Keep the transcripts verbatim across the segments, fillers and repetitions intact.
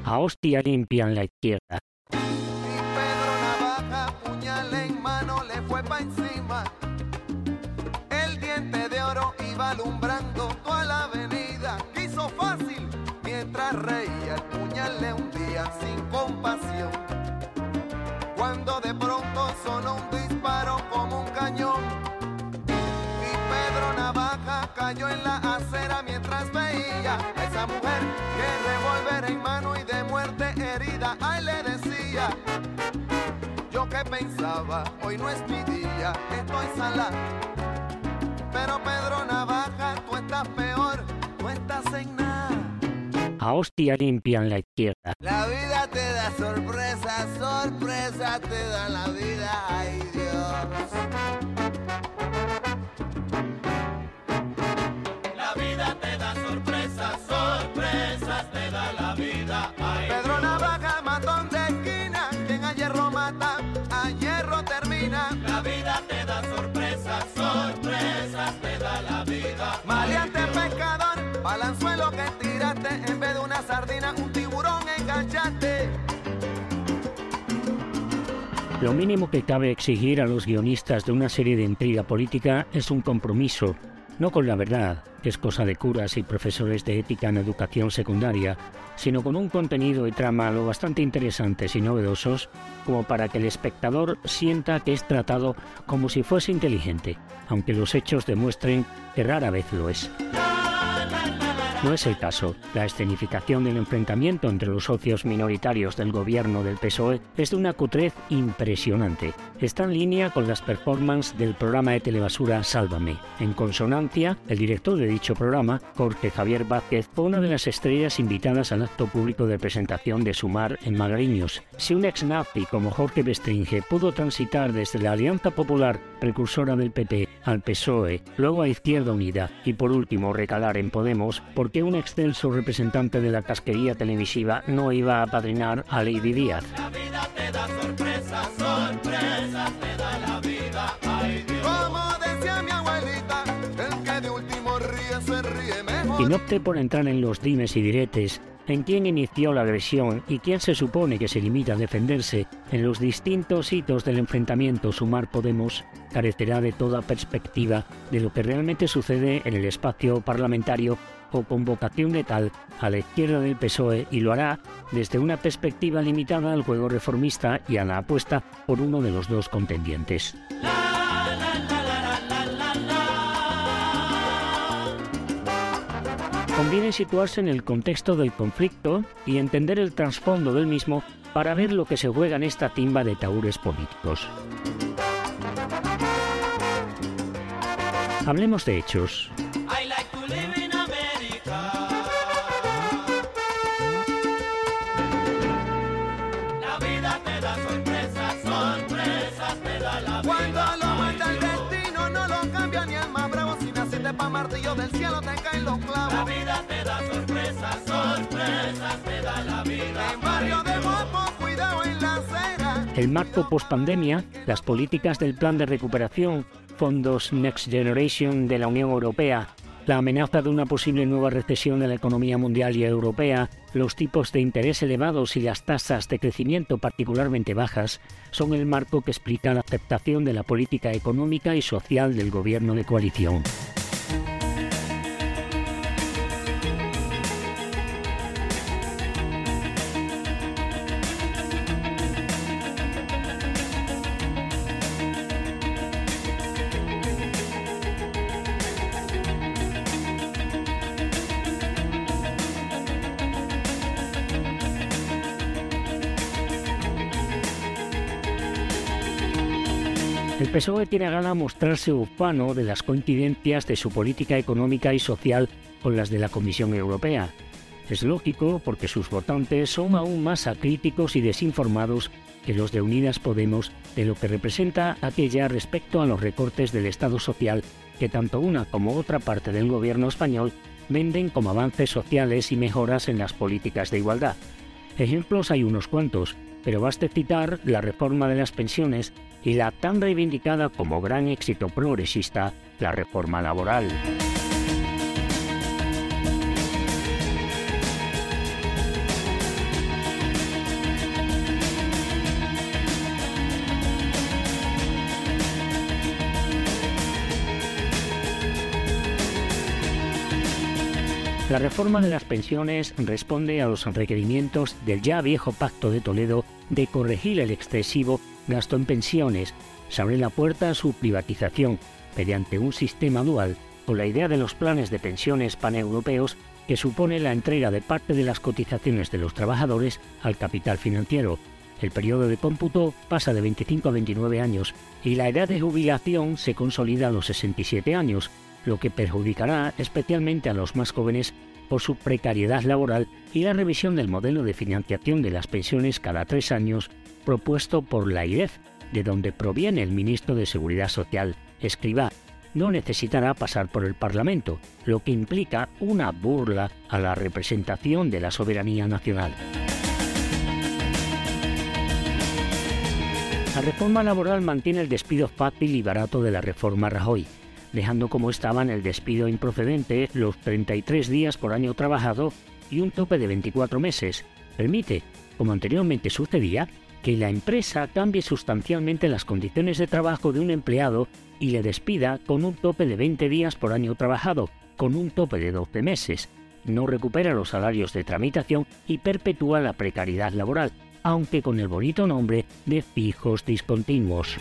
A hostia limpia en la izquierda. Y Pedro Navaja, puñal en mano, le fue pa' encima. El diente de oro iba alumbrando toda la avenida. Quiso fácil, mientras reía, el puñal le hundía sin compasión. Cuando de pronto sonó un disparo como un cañón. Y Pedro Navaja cayó en la acera mientras veía a esa mujer que revólver en mano y de muerte herida. Ay, le decía, yo que pensaba, hoy no es mi día, estoy sala. Pero Pedro Navaja, tú estás peor, tú estás en nada. A hostia limpia en la izquierda. La vida te da sorpresas, sorpresas te da la vida, ay Dios. La vida te da sorpresas, sorpresas te da la vida, ay Dios. Pedro Navaja, matón de esquina, quien a hierro mata, a hierro termina. La vida te da sorpresas, sorpresas te da la vida. Maleante pescador, balanzuelo que tiraste, en vez de una sardina, un tiburón enganchaste. Lo mínimo que cabe exigir a los guionistas de una serie de intriga política es un compromiso, no con la verdad, que es cosa de curas y profesores de ética en educación secundaria, sino con un contenido y trama lo bastante interesantes y novedosos como para que el espectador sienta que es tratado como si fuese inteligente, aunque los hechos demuestren que rara vez lo es. No es el caso. La escenificación del enfrentamiento entre los socios minoritarios del gobierno del P S O E es de una cutrez impresionante. Está en línea con las performances del programa de telebasura Sálvame. En consonancia, el director de dicho programa, Jorge Javier Vázquez, fue una de las estrellas invitadas al acto público de presentación de Sumar en Magariños. Si un ex-nazi como Jorge Bestringe pudo transitar desde la Alianza Popular, precursora del P P, al P S O E, luego a Izquierda Unida y por último recalar en Podemos, ¿por qué un excelso representante de la casquería televisiva no iba a apadrinar a Lady Díaz? La vida te da sorpresas, sorpresas te da la vida, ay Dios. Como decía mi abuelita, el que de último ríe se ríe mejor. Quien opte por entrar en los dimes y diretes, en quién inició la agresión y quién se supone que se limita a defenderse en los distintos hitos del enfrentamiento Sumar-Podemos, carecerá de toda perspectiva de lo que realmente sucede en el espacio parlamentario o convocación letal a la izquierda del P S O E, y lo hará desde una perspectiva limitada al juego reformista y a la apuesta por uno de los dos contendientes. Conviene situarse en el contexto del conflicto y entender el trasfondo del mismo para ver lo que se juega en esta timba de tahúres políticos. Hablemos de hechos. I like to live in America. La vida te da sorpresas, sorpresas te da la vida. Cuando lo manda el destino no lo cambia ni el más bravo. Si naciste pa' martillo del cielo te caen los clavos. La vida te da sorpresas, sorpresas te da la vida. En barrio de Mopo, cuidado en la acera. El marco post-pandemia, las políticas del plan de recuperación, fondos Next Generation de la Unión Europea, la amenaza de una posible nueva recesión de la economía mundial y europea, los tipos de interés elevados y las tasas de crecimiento particularmente bajas son el marco que explica la aceptación de la política económica y social del gobierno de coalición. El P S O E tiene a gana mostrarse ufano de las coincidencias de su política económica y social con las de la Comisión Europea. Es lógico porque sus votantes son aún más acríticos y desinformados que los de Unidas Podemos de lo que representa aquella respecto a los recortes del Estado social que tanto una como otra parte del gobierno español venden como avances sociales y mejoras en las políticas de igualdad. Ejemplos hay unos cuantos, pero baste citar la reforma de las pensiones y la tan reivindicada como gran éxito progresista, la reforma laboral. La reforma de las pensiones responde a los requerimientos del ya viejo Pacto de Toledo de corregir el excesivo gasto en pensiones. Se abre la puerta a su privatización mediante un sistema dual, con la idea de los planes de pensiones paneuropeos que supone la entrega de parte de las cotizaciones de los trabajadores al capital financiero. El periodo de cómputo pasa de veinticinco a veintinueve años y la edad de jubilación se consolida a los sesenta y siete años, lo que perjudicará especialmente a los más jóvenes por su precariedad laboral y la revisión del modelo de financiación de las pensiones cada tres años propuesto por la I R E F, de donde proviene el ministro de Seguridad Social, Escrivá. No necesitará pasar por el Parlamento, lo que implica una burla a la representación de la soberanía nacional. La reforma laboral mantiene el despido fácil y barato de la reforma Rajoy, dejando como estaban el despido improcedente, los treinta y tres días por año trabajado y un tope de veinticuatro meses. Permite, como anteriormente sucedía, que la empresa cambie sustancialmente las condiciones de trabajo de un empleado y le despida con un tope de veinte días por año trabajado, con un tope de doce meses. No recupera los salarios de tramitación y perpetúa la precariedad laboral, aunque con el bonito nombre de fijos discontinuos.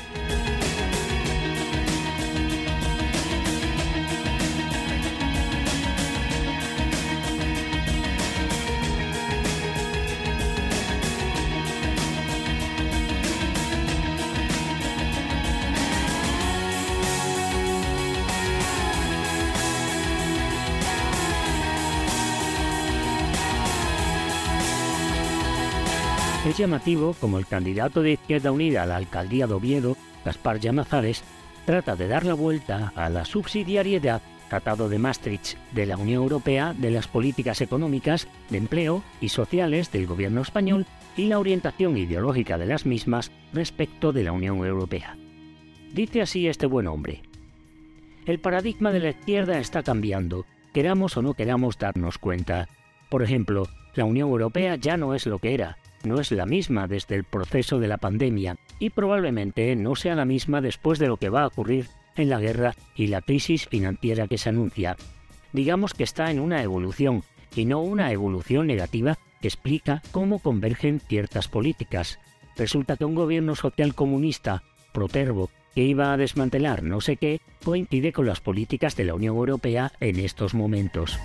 Es llamativo como el candidato de Izquierda Unida a la alcaldía de Oviedo, Gaspar Llamazares, trata de dar la vuelta a la subsidiariedad, Tratado de Maastricht de la Unión Europea, de las políticas económicas, de empleo y sociales del gobierno español y la orientación ideológica de las mismas respecto de la Unión Europea. Dice así este buen hombre: el paradigma de la izquierda está cambiando, queramos o no queramos darnos cuenta. Por ejemplo, la Unión Europea ya no es lo que era. No es la misma desde el proceso de la pandemia y probablemente no sea la misma después de lo que va a ocurrir en la guerra y la crisis financiera que se anuncia. Digamos que está en una evolución y no una evolución negativa que explica cómo convergen ciertas políticas. Resulta que un gobierno social comunista, protervo, que iba a desmantelar no sé qué, coincide con las políticas de la Unión Europea en estos momentos.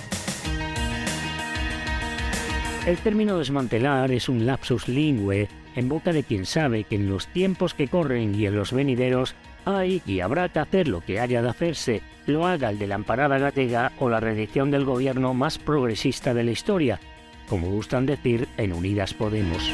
El término desmantelar es un lapsus lingüe en boca de quien sabe que en los tiempos que corren y en los venideros hay y habrá que hacer lo que haya de hacerse, lo haga el de la amparada gallega o la reedición del gobierno más progresista de la historia, como gustan decir en Unidas Podemos.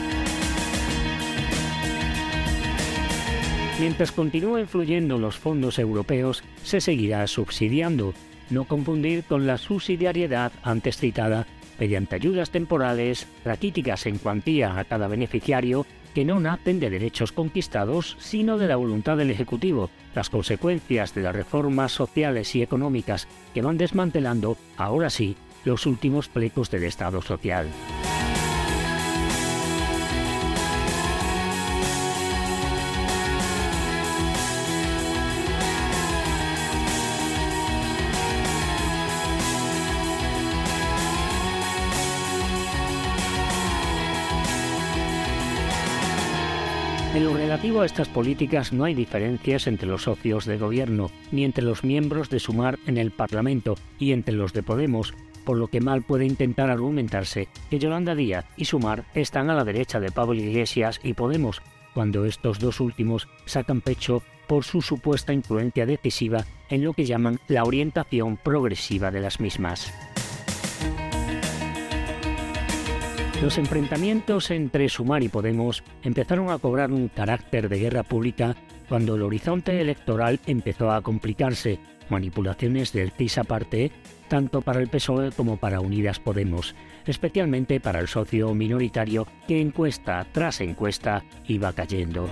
Mientras continúen fluyendo los fondos europeos, se seguirá subsidiando, no confundir con la subsidiariedad antes citada, mediante ayudas temporales, raquíticas en cuantía a cada beneficiario, que no nacen de derechos conquistados, sino de la voluntad del Ejecutivo, las consecuencias de las reformas sociales y económicas que van desmantelando, ahora sí, los últimos flecos del Estado social. En lo relativo a estas políticas no hay diferencias entre los socios de gobierno, ni entre los miembros de Sumar en el Parlamento y entre los de Podemos, por lo que mal puede intentar argumentarse que Yolanda Díaz y Sumar están a la derecha de Pablo Iglesias y Podemos, cuando estos dos últimos sacan pecho por su supuesta influencia decisiva en lo que llaman la orientación progresiva de las mismas. Los enfrentamientos entre Sumar y Podemos empezaron a cobrar un carácter de guerra pública cuando el horizonte electoral empezó a complicarse, manipulaciones del C I S aparte, tanto para el P S O E como para Unidas Podemos, especialmente para el socio minoritario que encuesta tras encuesta iba cayendo.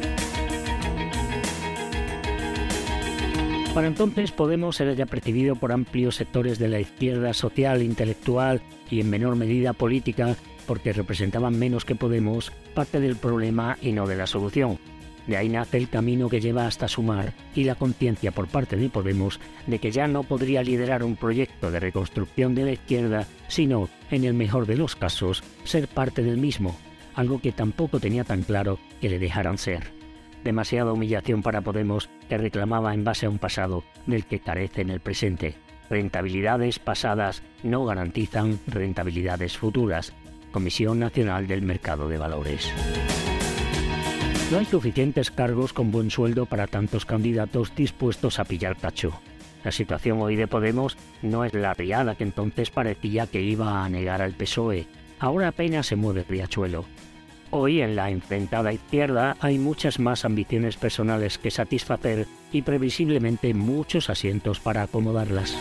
Para entonces Podemos era ya percibido por amplios sectores de la izquierda social, intelectual y en menor medida política, porque representaban menos que Podemos parte del problema y no de la solución. De ahí nace el camino que lleva hasta Sumar y la conciencia por parte de Podemos de que ya no podría liderar un proyecto de reconstrucción de la izquierda, sino, en el mejor de los casos, ser parte del mismo, algo que tampoco tenía tan claro que le dejaran ser. Demasiada humillación para Podemos, que reclamaba en base a un pasado del que carece en el presente. Rentabilidades pasadas no garantizan rentabilidades futuras. Comisión Nacional del Mercado de Valores. No hay suficientes cargos con buen sueldo para tantos candidatos dispuestos a pillar cacho. La situación hoy de Podemos no es la riada que entonces parecía que iba a negar al P S O E. Ahora apenas se mueve riachuelo. Hoy en la enfrentada izquierda hay muchas más ambiciones personales que satisfacer y previsiblemente muchos asientos para acomodarlas.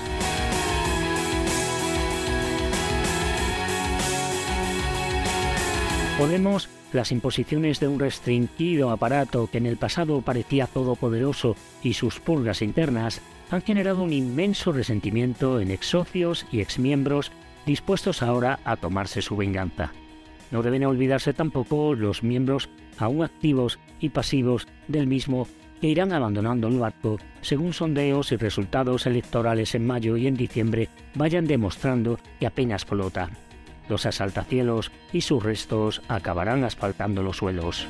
Podemos, las imposiciones de un restringido aparato que en el pasado parecía todopoderoso y sus purgas internas han generado un inmenso resentimiento en exsocios y exmiembros dispuestos ahora a tomarse su venganza. No deben olvidarse tampoco los miembros aún activos y pasivos del mismo que irán abandonando el barco según sondeos y resultados electorales en mayo y en diciembre vayan demostrando que apenas flota. Los asaltacielos y sus restos acabarán asfaltando los suelos.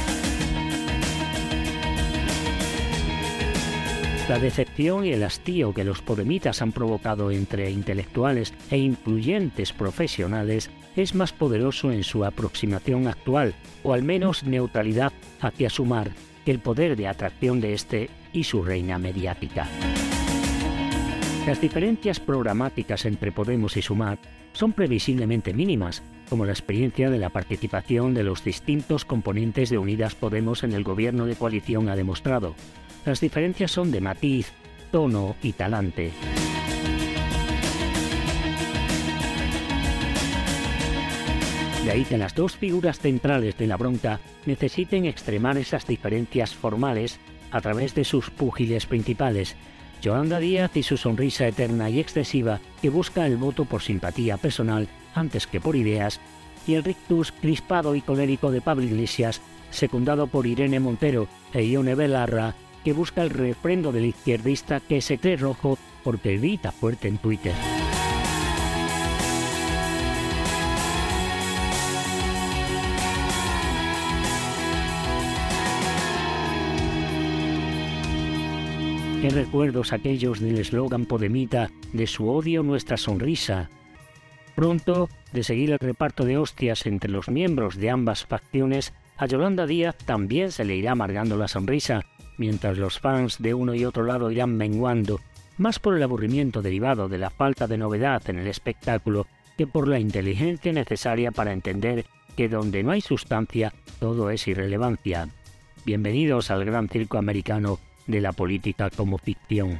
La decepción y el hastío que los podemitas han provocado entre intelectuales e influyentes profesionales es más poderoso en su aproximación actual, o al menos neutralidad hacia Sumar, que el poder de atracción de este y su reina mediática. Las diferencias programáticas entre Podemos y Sumar son previsiblemente mínimas, como la experiencia de la participación de los distintos componentes de Unidas Podemos en el gobierno de coalición ha demostrado. Las diferencias son de matiz, tono y talante. De ahí que las dos figuras centrales de la bronca necesiten extremar esas diferencias formales a través de sus púgiles principales, Yolanda Díaz y su sonrisa eterna y excesiva que busca el voto por simpatía personal antes que por ideas, y el rictus crispado y colérico de Pablo Iglesias, secundado por Irene Montero e Ione Belarra, que busca el refrendo del izquierdista que se cree rojo porque grita fuerte en Twitter. Qué recuerdos aquellos del eslogan podemita de su odio nuestra sonrisa. Pronto, de seguir el reparto de hostias entre los miembros de ambas facciones, a Yolanda Díaz también se le irá amargando la sonrisa, mientras los fans de uno y otro lado irán menguando, más por el aburrimiento derivado de la falta de novedad en el espectáculo que por la inteligencia necesaria para entender que donde no hay sustancia, todo es irrelevancia. Bienvenidos al gran circo americano de la política como ficción.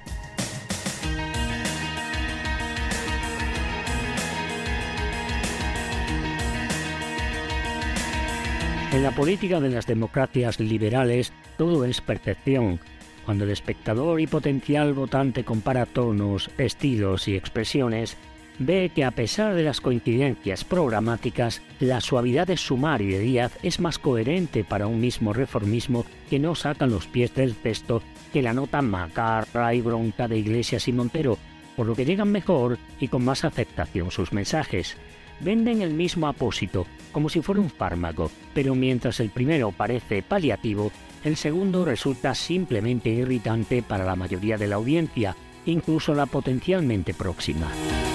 En la política de las democracias liberales todo es percepción. Cuando el espectador y potencial votante compara tonos, estilos y expresiones, ve que a pesar de las coincidencias programáticas, la suavidad de Sumar y de Díaz es más coherente para un mismo reformismo que no sacan los pies del cesto que la nota macarra y bronca de Iglesias y Montero, por lo que llegan mejor y con más aceptación sus mensajes. Venden el mismo apósito, como si fuera un fármaco, pero mientras el primero parece paliativo, el segundo resulta simplemente irritante para la mayoría de la audiencia, incluso la potencialmente próxima.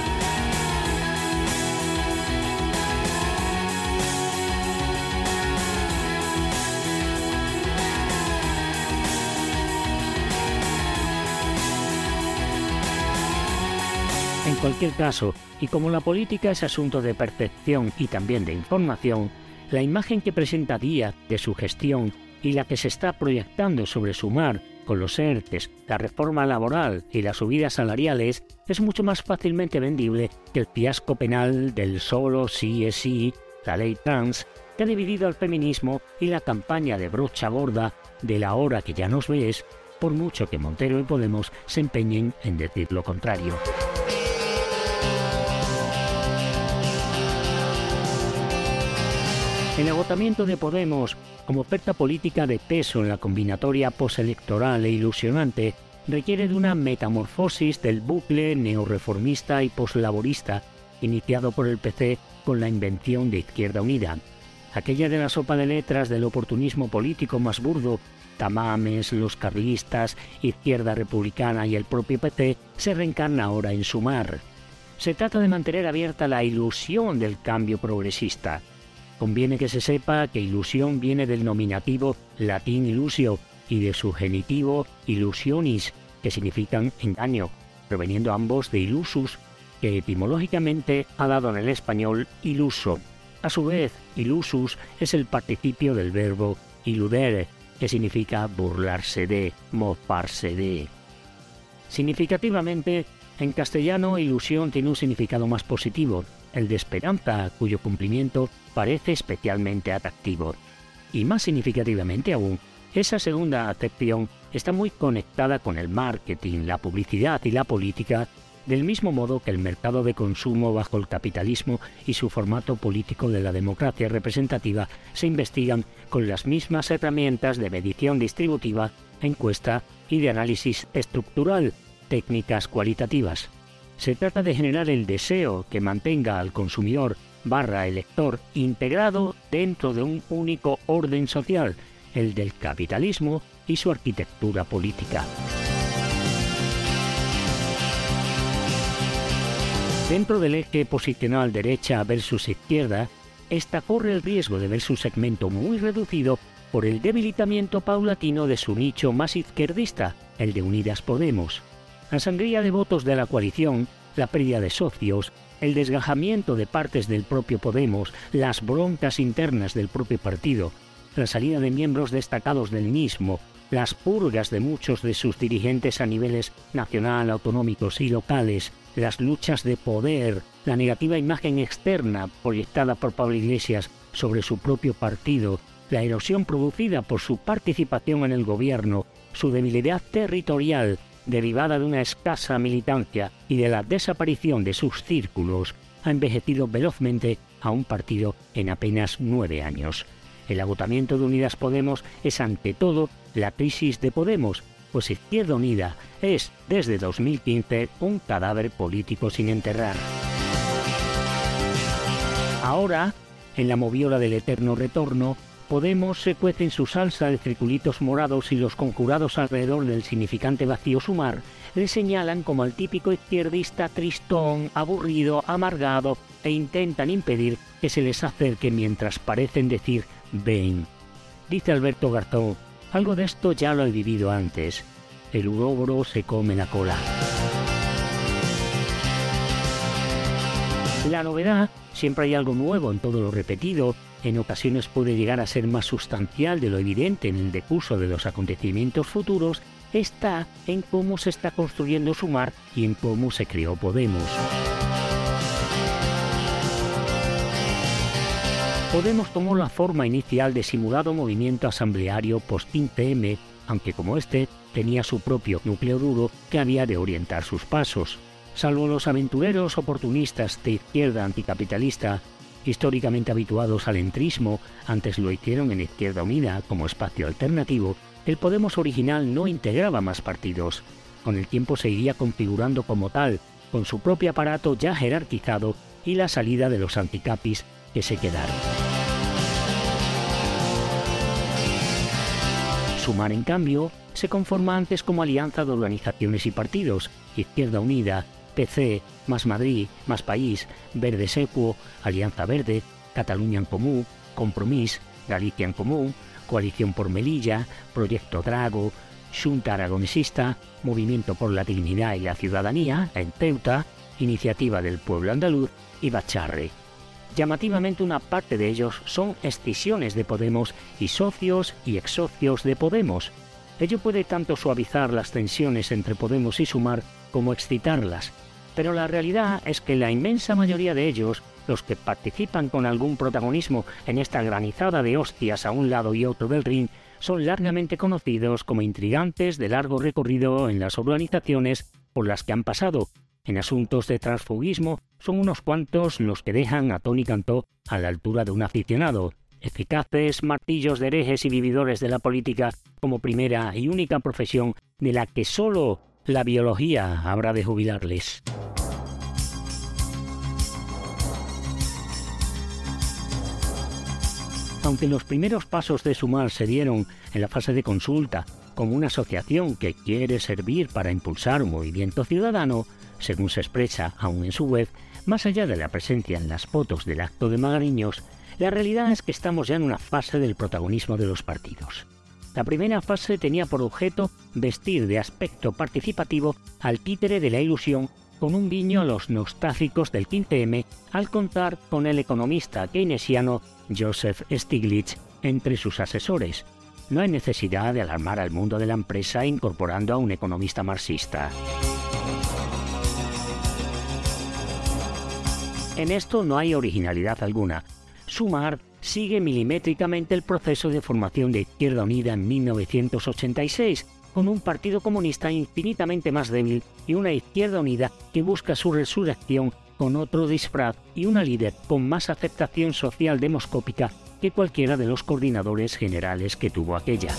En cualquier caso, y como la política es asunto de percepción y también de información, la imagen que presenta Díaz de su gestión y la que se está proyectando sobre Sumar con los ERTES, la reforma laboral y las subidas salariales es mucho más fácilmente vendible que el fiasco penal del solo sí es sí, la ley trans, que ha dividido al feminismo y la campaña de brocha gorda de la hora que ya nos ves, por mucho que Montero y Podemos se empeñen en decir lo contrario. El agotamiento de Podemos, como oferta política de peso en la combinatoria postelectoral e ilusionante, requiere de una metamorfosis del bucle neorreformista y poslaborista iniciado por el P C con la invención de Izquierda Unida. Aquella de la sopa de letras del oportunismo político más burdo, Tamames, los carlistas, Izquierda Republicana y el propio P C, se reencarna ahora en Sumar. Se trata de mantener abierta la ilusión del cambio progresista. Conviene que se sepa que ilusión viene del nominativo latín ilusio y de su genitivo illusionis, que significan engaño, proveniendo ambos de ilusus, que etimológicamente ha dado en el español iluso. A su vez, ilusus es el participio del verbo illudere, que significa burlarse de, mofarse de. Significativamente, en castellano, ilusión tiene un significado más positivo, el de esperanza, cuyo cumplimiento parece especialmente atractivo. Y más significativamente aún, esa segunda acepción está muy conectada con el marketing, la publicidad y la política, del mismo modo que el mercado de consumo bajo el capitalismo y su formato político de la democracia representativa se investigan con las mismas herramientas de medición distributiva, encuesta y de análisis estructural, técnicas cualitativas. Se trata de generar el deseo que mantenga al consumidor barra elector integrado dentro de un único orden social, el del capitalismo y su arquitectura política. Dentro del eje posicional derecha versus izquierda, esta corre el riesgo de ver su segmento muy reducido por el debilitamiento paulatino de su nicho más izquierdista, el de Unidas Podemos. La sangría de votos de la coalición, la pérdida de socios, el desgajamiento de partes del propio Podemos, las broncas internas del propio partido, la salida de miembros destacados del mismo, las purgas de muchos de sus dirigentes a niveles nacional, autonómicos y locales, las luchas de poder, la negativa imagen externa proyectada por Pablo Iglesias sobre su propio partido, la erosión producida por su participación en el gobierno, su debilidad territorial, derivada de una escasa militancia y de la desaparición de sus círculos, ha envejecido velozmente a un partido en apenas nueve años. El agotamiento de Unidas Podemos es ante todo la crisis de Podemos, pues Izquierda Unida es, desde dos mil quince, un cadáver político sin enterrar. Ahora, en la moviola del eterno retorno, Podemos se cuece en su salsa de circulitos morados y los conjurados alrededor del significante vacío Sumar le señalan como el típico izquierdista tristón, aburrido, amargado e intentan impedir que se les acerque mientras parecen decir «ven». Dice Alberto Garzón, algo de esto ya lo he vivido antes. El uróboro se come la cola. La novedad, siempre hay algo nuevo en todo lo repetido, en ocasiones puede llegar a ser más sustancial de lo evidente en el decurso de los acontecimientos futuros, está en cómo se está construyendo Sumar y en cómo se creó Podemos. Podemos tomó la forma inicial de simulado movimiento asambleario post-quince eme, aunque como este tenía su propio núcleo duro que había de orientar sus pasos. Salvo los aventureros oportunistas de izquierda anticapitalista, históricamente habituados al entrismo, antes lo hicieron en Izquierda Unida como espacio alternativo, el Podemos original no integraba más partidos. Con el tiempo se iría configurando como tal, con su propio aparato ya jerarquizado y la salida de los anticapis que se quedaron. Sumar, en cambio, se conforma antes como alianza de organizaciones y partidos, Izquierda Unida, P C, Más Madrid, Más País, Verdes Equo, Alianza Verde, Catalunya en Comú, Compromís, Galicia en Comú, Coalición por Melilla, Proyecto Drago, Xunta Aragonesista, Movimiento por la Dignidad y la Ciudadanía, en Ceuta, Iniciativa del Pueblo Andaluz y Bacharre. Llamativamente, una parte de ellos son escisiones de Podemos y socios y exsocios de Podemos. Ello puede tanto suavizar las tensiones entre Podemos y Sumar como excitarlas, pero la realidad es que la inmensa mayoría de ellos, los que participan con algún protagonismo en esta granizada de hostias a un lado y otro del ring, son largamente conocidos como intrigantes de largo recorrido en las organizaciones por las que han pasado. En asuntos de transfugismo son unos cuantos los que dejan a Tony Cantó a la altura de un aficionado. eficaces martillos de herejes y vividores de la política como primera y única profesión de la que solo la biología habrá de jubilarles. Aunque los primeros pasos de Sumar se dieron en la fase de consulta, como una asociación que quiere servir para impulsar un movimiento ciudadano, según se expresa aún en su web, más allá de la presencia en las fotos del acto de Magariños, la realidad es que estamos ya en una fase del protagonismo de los partidos. La primera fase tenía por objeto vestir de aspecto participativo al títere de la ilusión, con un guiño a los nostálgicos del quince eme al contar con el economista keynesiano Joseph Stiglitz entre sus asesores. No hay necesidad de alarmar al mundo de la empresa incorporando a un economista marxista. En esto no hay originalidad alguna. Sumar sigue milimétricamente el proceso de formación de Izquierda Unida en mil novecientos ochenta y seis, con un partido comunista infinitamente más débil y una Izquierda Unida que busca su resurrección con otro disfraz y una líder con más aceptación social demoscópica que cualquiera de los coordinadores generales que tuvo aquella.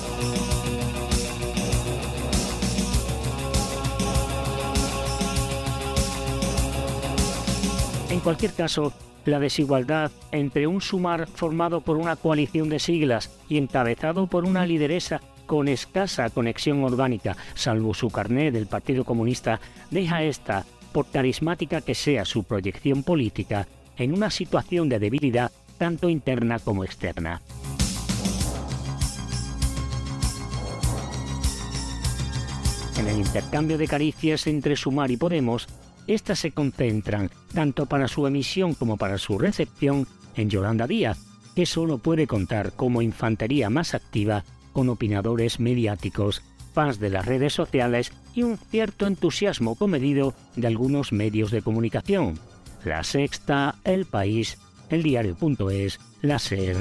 En cualquier caso, la desigualdad entre un Sumar formado por una coalición de siglas y encabezado por una lideresa con escasa conexión orgánica, salvo su carné del Partido Comunista, deja esta, por carismática que sea su proyección política, en una situación de debilidad tanto interna como externa. En el intercambio de caricias entre Sumar y Podemos, estas se concentran, tanto para su emisión como para su recepción, en Yolanda Díaz, que solo puede contar como infantería más activa con opinadores mediáticos, fans de las redes sociales y un cierto entusiasmo comedido de algunos medios de comunicación. La Sexta, El País, El Diario.es, La SER.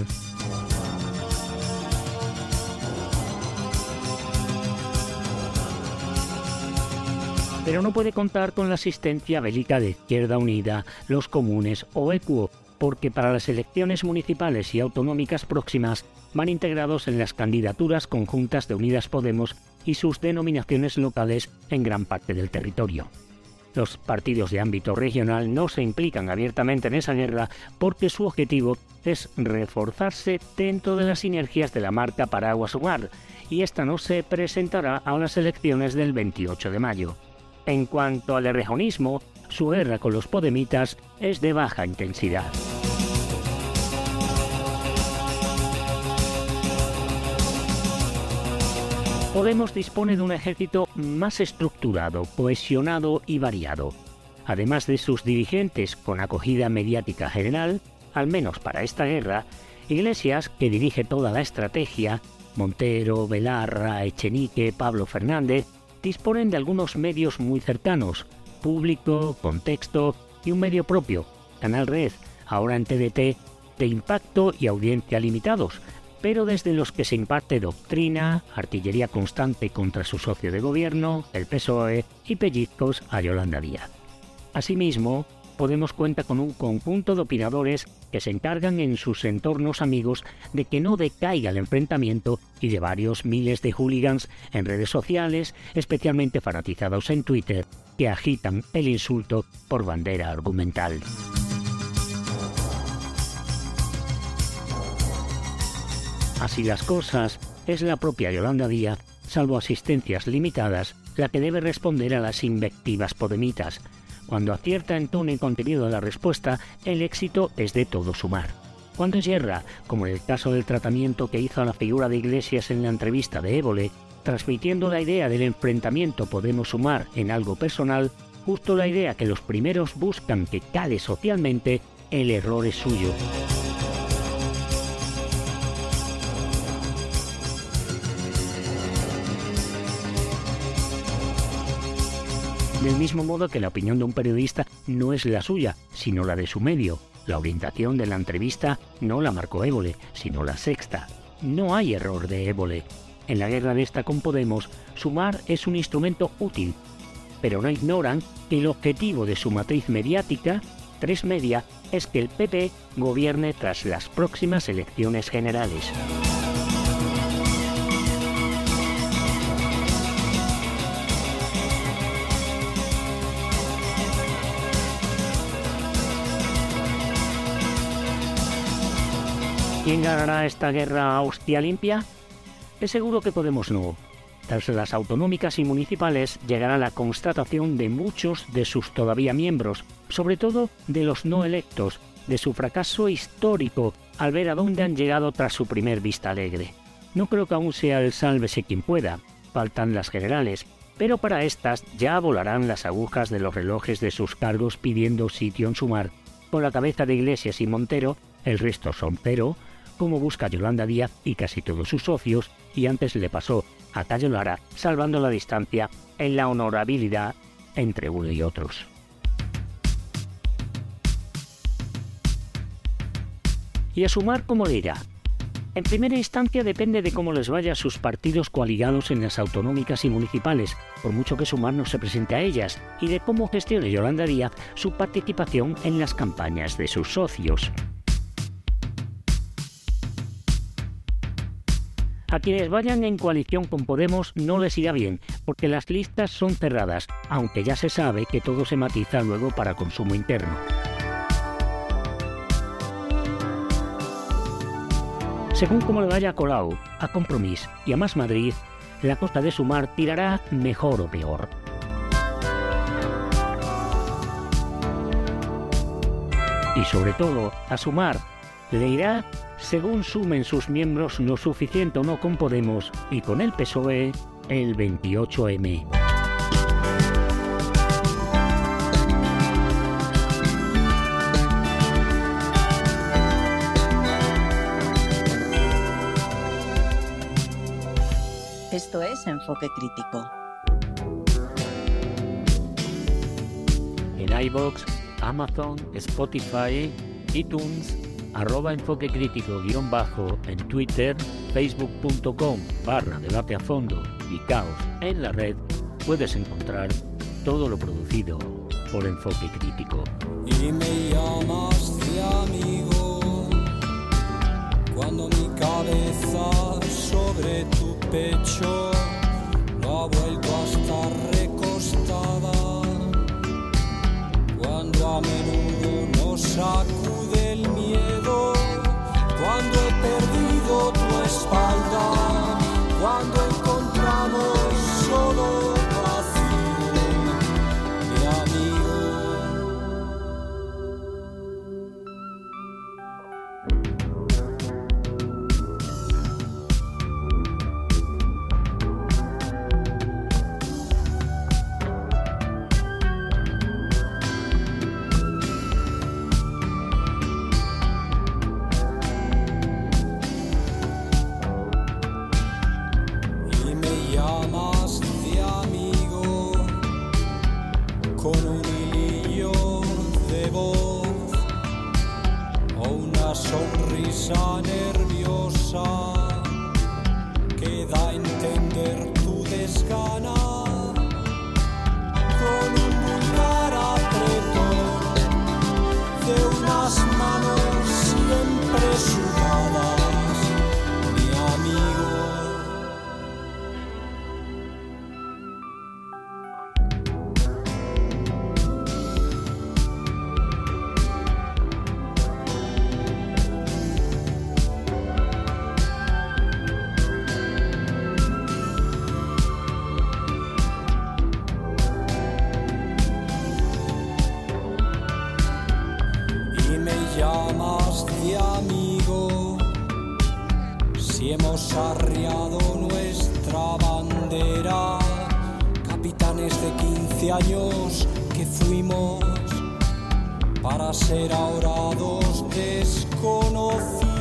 Pero no puede contar con la asistencia bélica de Izquierda Unida, Los Comunes o Equo, porque para las elecciones municipales y autonómicas próximas van integrados en las candidaturas conjuntas de Unidas Podemos y sus denominaciones locales en gran parte del territorio. Los partidos de ámbito regional no se implican abiertamente en esa guerra porque su objetivo es reforzarse dentro de las sinergias de la marca Paraguas Sumar, y esta no se presentará a las elecciones del veintiocho de mayo. En cuanto al errejonismo, su guerra con los podemitas es de baja intensidad. Podemos dispone de un ejército más estructurado, cohesionado y variado. Además de sus dirigentes con acogida mediática general, al menos para esta guerra, Iglesias, que dirige toda la estrategia, Montero, Belarra, Echenique, Pablo Fernández, disponen de algunos medios muy cercanos, Público, Contexto y un medio propio, Canal Red, ahora en T D T, de impacto y audiencia limitados, pero desde los que se imparte doctrina, artillería constante contra su socio de gobierno, el P S O E, y pellizcos a Yolanda Díaz. Asimismo, Podemos cuenta con un conjunto de opinadores que se encargan en sus entornos amigos de que no decaiga el enfrentamiento y de varios miles de hooligans en redes sociales, especialmente fanatizados en Twitter, que agitan el insulto por bandera argumental. Así las cosas, es la propia Yolanda Díaz, salvo asistencias limitadas, la que debe responder a las invectivas podemitas. Cuando acierta en tono y contenido de la respuesta, el éxito es de todo Sumar. Cuando yerra, como en el caso del tratamiento que hizo a la figura de Iglesias en la entrevista de Évole, transmitiendo la idea del enfrentamiento Podemos-Sumar en algo personal, justo la idea que los primeros buscan que cale socialmente, el error es suyo. Del mismo modo que la opinión de un periodista no es la suya, sino la de su medio. La orientación de la entrevista no la marcó Évole, sino la Sexta. No hay error de Évole. En la guerra de esta con Podemos, Sumar es un instrumento útil, pero no ignoran que el objetivo de su matriz mediática, tres media es que el P P gobierne tras las próximas elecciones generales. ¿Quién ganará esta guerra a hostia limpia? Es seguro que Podemos no. Tras las autonómicas y municipales llegará la constatación de muchos de sus todavía miembros, sobre todo de los no electos, de su fracaso histórico al ver a dónde han llegado tras su primer Vista Alegre. No creo que aún sea el sálvese quien pueda, faltan las generales, pero para estas ya volarán las agujas de los relojes de sus cargos pidiendo sitio en Sumar. Con la cabeza de Iglesias y Montero, el resto son cero, como busca Yolanda Díaz y casi todos sus socios, y antes le pasó a Cayo Lara, salvando la distancia en la honorabilidad entre uno y otros. ¿Y a Sumar cómo le irá? En primera instancia depende de cómo les vaya a sus partidos coaligados en las autonómicas y municipales, por mucho que Sumar no se presente a ellas, y de cómo gestione Yolanda Díaz su participación en las campañas de sus socios. A quienes vayan en coalición con Podemos no les irá bien, porque las listas son cerradas, aunque ya se sabe que todo se matiza luego para consumo interno. Según cómo le vaya a Colau, a Compromís y a Más Madrid, la cosa de Sumar tirará mejor o peor. Y sobre todo, a Sumar le irá según sumen sus miembros lo suficiente o no con Podemos y con el P S O E el veintiocho eme. Esto es Enfoque Crítico. En iVoox, Amazon, Spotify, iTunes, arroba enfoque crítico guión bajo, en Twitter, facebook punto com barra debate a fondo y caos en la red, puedes encontrar todo lo producido por Enfoque Crítico. Y me llamas de amigo cuando mi cabeza sobre tu pecho no ha vuelto a estar recostada, cuando a menudo nos sacude el miedo, cuando he perdido tu espalda, cuando encontramos solo vacío, mi amigo. Hemos arriado nuestra bandera, capitanes de quince años que fuimos para ser ahora dos desconocidos.